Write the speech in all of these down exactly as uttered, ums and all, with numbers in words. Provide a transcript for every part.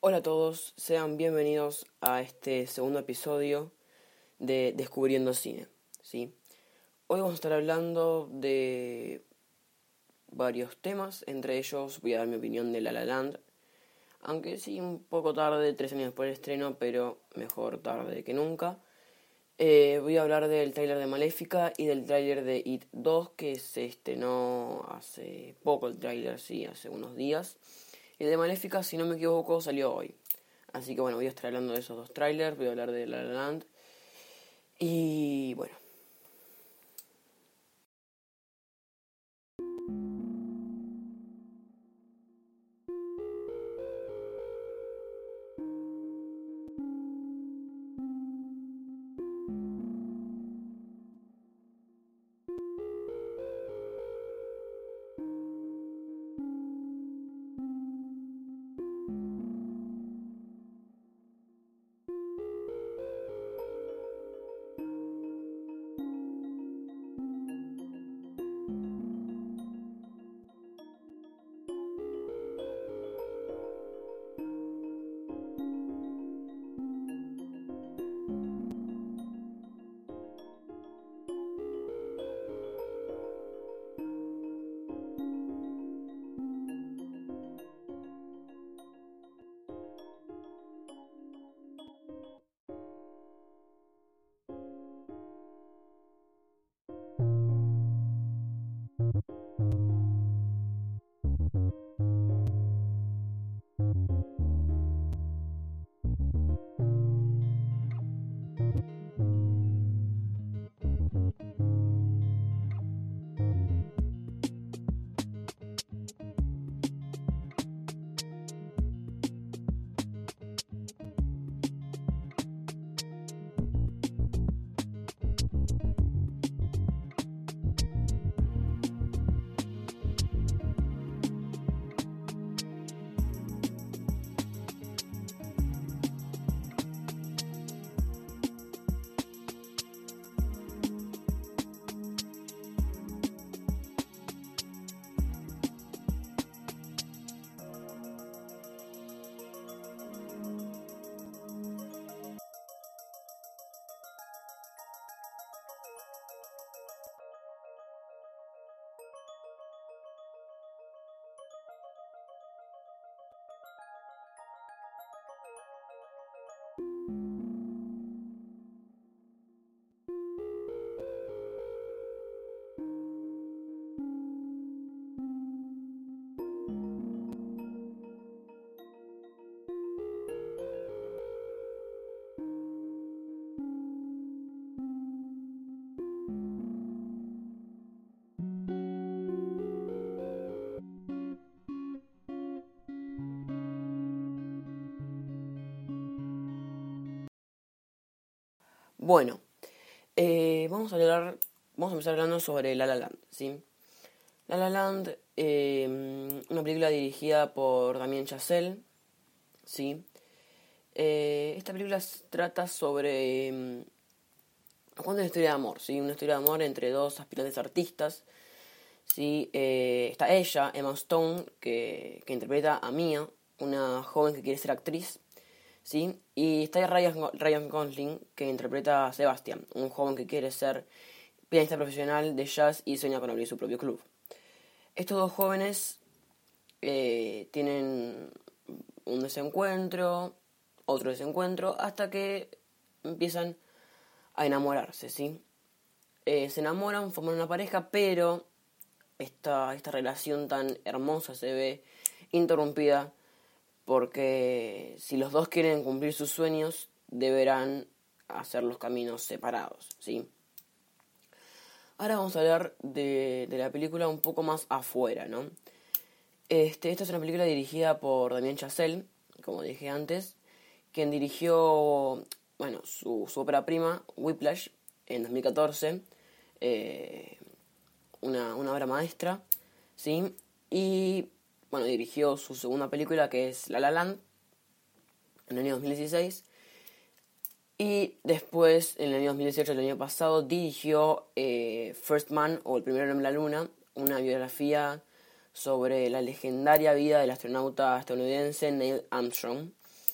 Hola a todos, sean bienvenidos a este segundo episodio de Descubriendo Cine, ¿sí? Hoy vamos a estar hablando de varios temas, entre ellos voy a dar mi opinión de La La Land, aunque sí un poco tarde, tres años después del estreno, pero mejor tarde que nunca. Eh, voy a hablar del tráiler de Maléfica y del tráiler de It dos, que se estrenó hace poco el tráiler, sí, hace unos días. Y el de Maléfica, si no me equivoco, salió hoy. Así que bueno, voy a estar hablando de esos dos trailers, voy a hablar de La La Land. Y bueno. Bueno, eh, vamos a hablar, vamos a empezar hablando sobre La La Land, ¿sí? La La Land, eh, una película dirigida por Damien Chazelle, ¿sí? Eh, esta película s- trata sobre... eh, cuenta una historia de amor, ¿sí? Una historia de amor entre dos aspirantes artistas, ¿sí? Eh, está ella, Emma Stone, que, que interpreta a Mia, una joven que quiere ser actriz, ¿sí? Y está Ryan, Ryan Gosling, que interpreta a Sebastian, un joven que quiere ser pianista profesional de jazz y sueña con abrir su propio club. Estos dos jóvenes eh, tienen un desencuentro, otro desencuentro, hasta que empiezan a enamorarse, ¿sí? Eh, se enamoran, forman una pareja, pero esta, esta relación tan hermosa se ve interrumpida porque si los dos quieren cumplir sus sueños, deberán hacer los caminos separados, ¿sí? Ahora vamos a hablar de, de la película un poco más afuera, ¿no? Este, esta es una película dirigida por Damien Chazelle, como dije antes, quien dirigió, bueno, su, su ópera prima, Whiplash, en dos mil catorce, eh, una, una obra maestra, ¿sí? Y, bueno, dirigió su segunda película, que es La La Land, en el año dos mil dieciséis. Y después, en el año dos mil dieciocho, el año pasado, dirigió eh, First Man, o El Primero en la Luna, una biografía sobre la legendaria vida del astronauta estadounidense Neil Armstrong.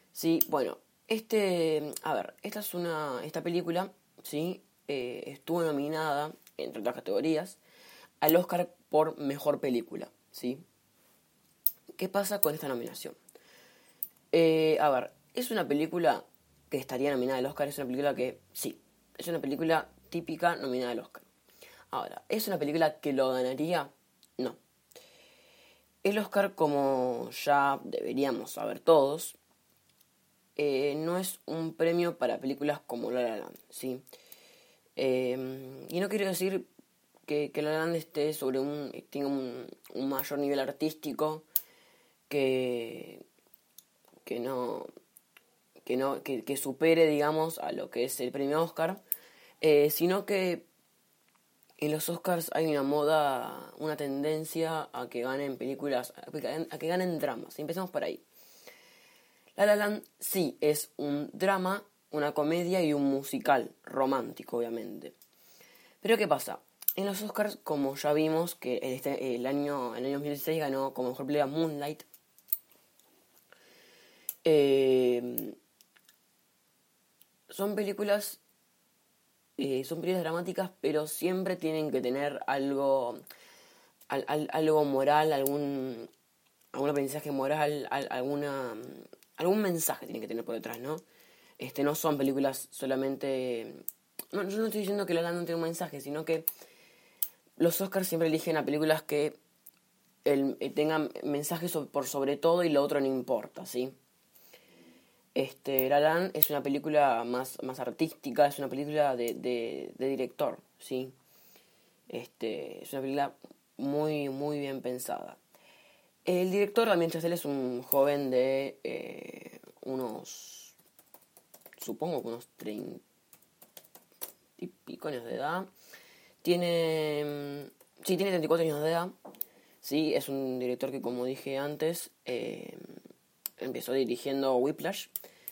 Sí, bueno, este, a ver, esta es una, esta película, sí, eh, estuvo nominada, entre otras categorías, al Oscar por Mejor Película, ¿sí? ¿Qué pasa con esta nominación? Eh, a ver, es una película que estaría nominada al Oscar, es una película que, sí, es una película típica nominada al Oscar. Ahora, ¿es una película que lo ganaría? No. El Oscar, como ya deberíamos saber todos, eh, no es un premio para películas como La La Land, ¿sí? Eh, y no quiero decir que, que La La Land esté sobre un, tenga un, un mayor nivel artístico que, que no, que no, que, que supere, digamos, a lo que es el premio Oscar, eh, sino que en los Oscars hay una moda, una tendencia a que ganen películas, a que ganen dramas. Empecemos por ahí. La La Land sí es un drama, una comedia y un musical romántico, obviamente. Pero ¿qué pasa? En los Oscars, como ya vimos, que este, el año, en el año dos mil dieciséis ganó como mejor película Moonlight. Eh, son películas, eh, son películas dramáticas, pero siempre tienen que tener algo, al, al, algo moral, algún, algún aprendizaje moral, al, alguna, algún mensaje tienen que tener por detrás, ¿no? Este, no son películas solamente. No, yo no estoy diciendo que La La Land no tenga un mensaje, sino que los Oscars siempre eligen a películas que el, eh, tengan mensajes sobre, por sobre todo y lo otro no importa, ¿sí? Este, La La Land es una película más, más artística, es una película de, de, de director, ¿sí? Este, es una película muy, muy bien pensada. El director Damien Chazelle es un joven de eh, unos, supongo que unos treinta y pico años de edad. Tiene, sí, tiene treinta y cuatro años de edad. Sí, es un director que, como dije antes, eh, empezó dirigiendo Whiplash,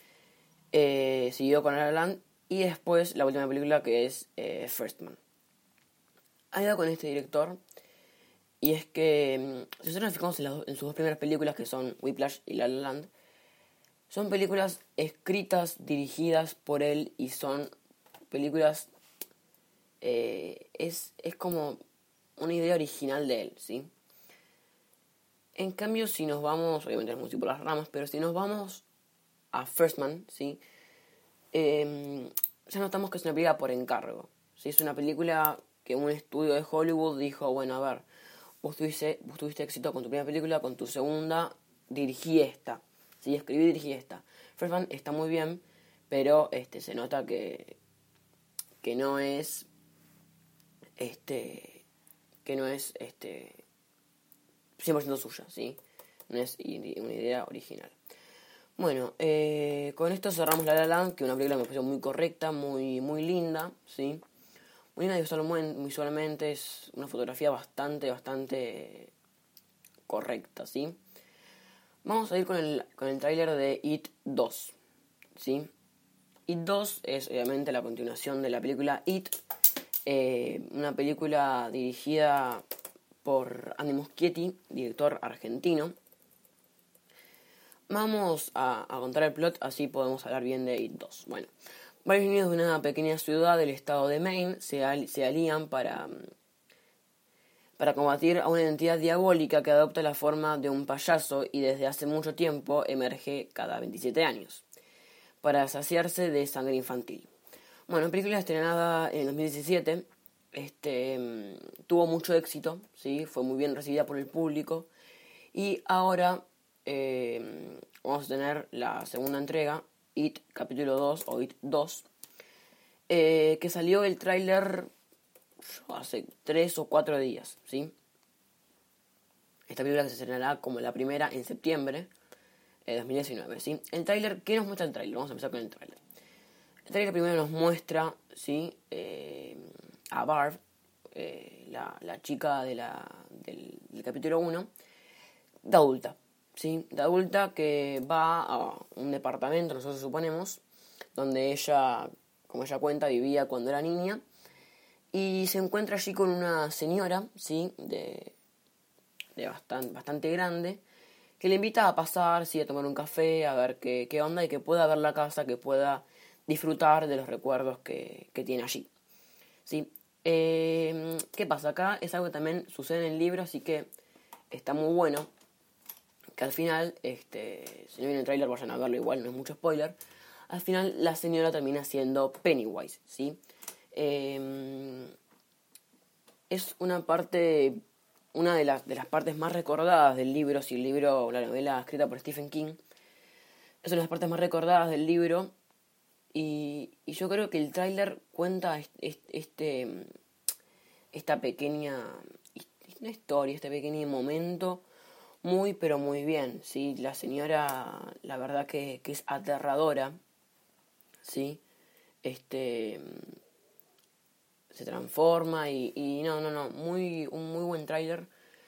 eh, siguió con La La Land y después la última película que es eh, First Man. Hay algo con este director y es que, si nosotros nos fijamos en, las, en sus dos primeras películas, que son Whiplash y La La Land, son películas escritas, dirigidas por él y son películas, eh, es, es como una idea original de él, ¿sí? En cambio, si nos vamos, obviamente nos vamos por las ramas, pero si nos vamos a First Man, ¿sí? Eh, ya notamos que es una película por encargo, ¿sí? Es una película que un estudio de Hollywood dijo, bueno, a ver, vos tuviste, vos tuviste éxito con tu primera película, con tu segunda, dirigí esta, ¿sí? Escribí y dirigí esta. First Man está muy bien, pero este, se nota que, que no es, este, que no es, este, cien por ciento suya, ¿sí? No es una idea original. Bueno, eh, con esto cerramos La La Land, que es una película que me pareció muy correcta, muy, muy linda, ¿sí? Muy linda visualmente, es una fotografía bastante, bastante correcta, ¿sí? Vamos a ir con el, con el tráiler de It dos, ¿sí? It dos es obviamente la continuación de la película It, eh, una película dirigida por Andy Muschietti, director argentino. Vamos a, a contar el plot, así podemos hablar bien de It dos. Bueno, varios niños de una pequeña ciudad del estado de Maine se, al, se alían para, para combatir a una entidad diabólica que adopta la forma de un payaso y desde hace mucho tiempo emerge cada veintisiete años, para saciarse de sangre infantil. Bueno, película estrenada en dos mil diecisiete, este, tuvo mucho éxito, ¿sí? Fue muy bien recibida por el público y ahora eh, vamos a tener la segunda entrega, It capítulo dos o It dos, eh, que salió el tráiler hace tres o cuatro días, ¿sí? Esta película que se estrenará como la primera en septiembre de dos mil diecinueve, ¿sí? El tráiler, ¿qué nos muestra el tráiler? Vamos a empezar con el tráiler. El tráiler primero nos muestra, ¿sí? Eh, a Barb, eh, la, la chica de la, del, del capítulo uno, de adulta, ¿sí? De adulta que va a un departamento, nosotros suponemos, donde ella, como ella cuenta, vivía cuando era niña, y se encuentra allí con una señora, ¿sí? De, de bastante, bastante grande, que le invita a pasar, sí, a tomar un café, a ver qué, qué onda y que pueda ver la casa, que pueda disfrutar de los recuerdos que, que tiene allí. ¿Sí? Eh, ¿Qué pasa? Acá es algo que también sucede en el libro, así que está muy bueno. Que al final, este, si no viene el tráiler, vayan a verlo igual, no es mucho spoiler. Al final la señora termina siendo Pennywise, ¿sí? Eh, es una parte, una de las, de las partes más recordadas del libro, si el libro, la novela escrita por Stephen King, es una de las partes más recordadas del libro. Y, y yo creo que el tráiler cuenta este, este, esta pequeña esta historia, este pequeño momento muy pero muy bien, ¿sí? La señora, la verdad que, que es aterradora, ¿sí? Este se transforma y, y no, no, no, muy un muy buen tráiler,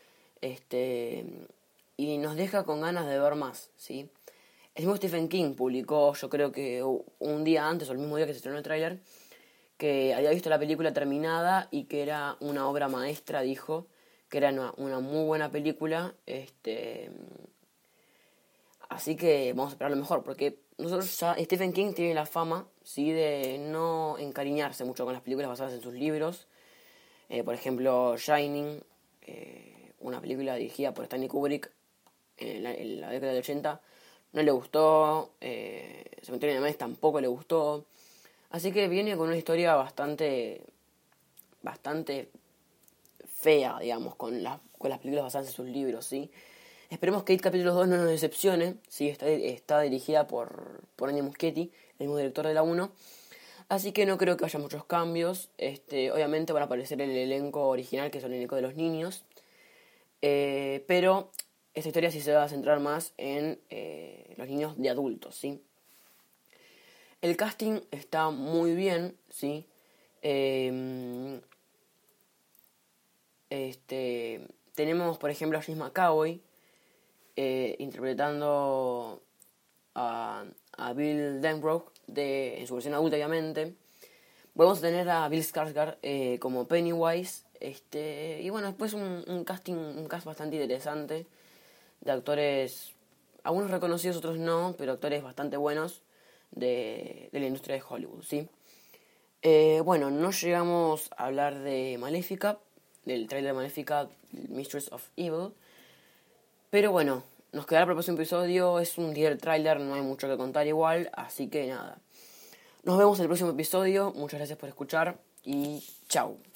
este y nos deja con ganas de ver más, ¿sí? El mismo Stephen King publicó, yo creo que un día antes o el mismo día que se estrenó el tráiler, que había visto la película terminada y que era una obra maestra, dijo, que era una, una muy buena película, este así que vamos a esperar lo mejor, porque nosotros ya, Stephen King tiene la fama, sí, de no encariñarse mucho con las películas basadas en sus libros, eh, por ejemplo, Shining, eh, una película dirigida por Stanley Kubrick en la, en la década del ochenta, no le gustó, eh, Cementerio de Animales tampoco le gustó, así que viene con una historia bastante, bastante fea, digamos, con las, con las películas basadas en sus libros, ¿sí? Esperemos que It Capítulo dos no nos decepcione, ¿sí? Está, está dirigida por, por Andy Muschietti, el mismo director de la uno, así que no creo que haya muchos cambios. Este, obviamente van a aparecer el elenco original, que es el elenco de los niños, eh, pero esta historia sí se va a centrar más en eh, los niños de adultos, ¿sí? El casting está muy bien, ¿sí? Eh, este, tenemos, por ejemplo, a James McAvoy eh, interpretando a, a Bill Denbrough de, en su versión adulta, obviamente. Volvemos a tener a Bill Skarsgård eh, como Pennywise. Este, y bueno, después un, un casting, un cast bastante interesante de actores, algunos reconocidos, otros no, pero actores bastante buenos de, de la industria de Hollywood, ¿sí? Eh, bueno, no llegamos a hablar de Maléfica, del trailer de Maléfica, Mistress of Evil, pero bueno, nos quedará para el próximo episodio. Es un día del tráiler, no hay mucho que contar igual, así que nada. Nos vemos en el próximo episodio, muchas gracias por escuchar y chau.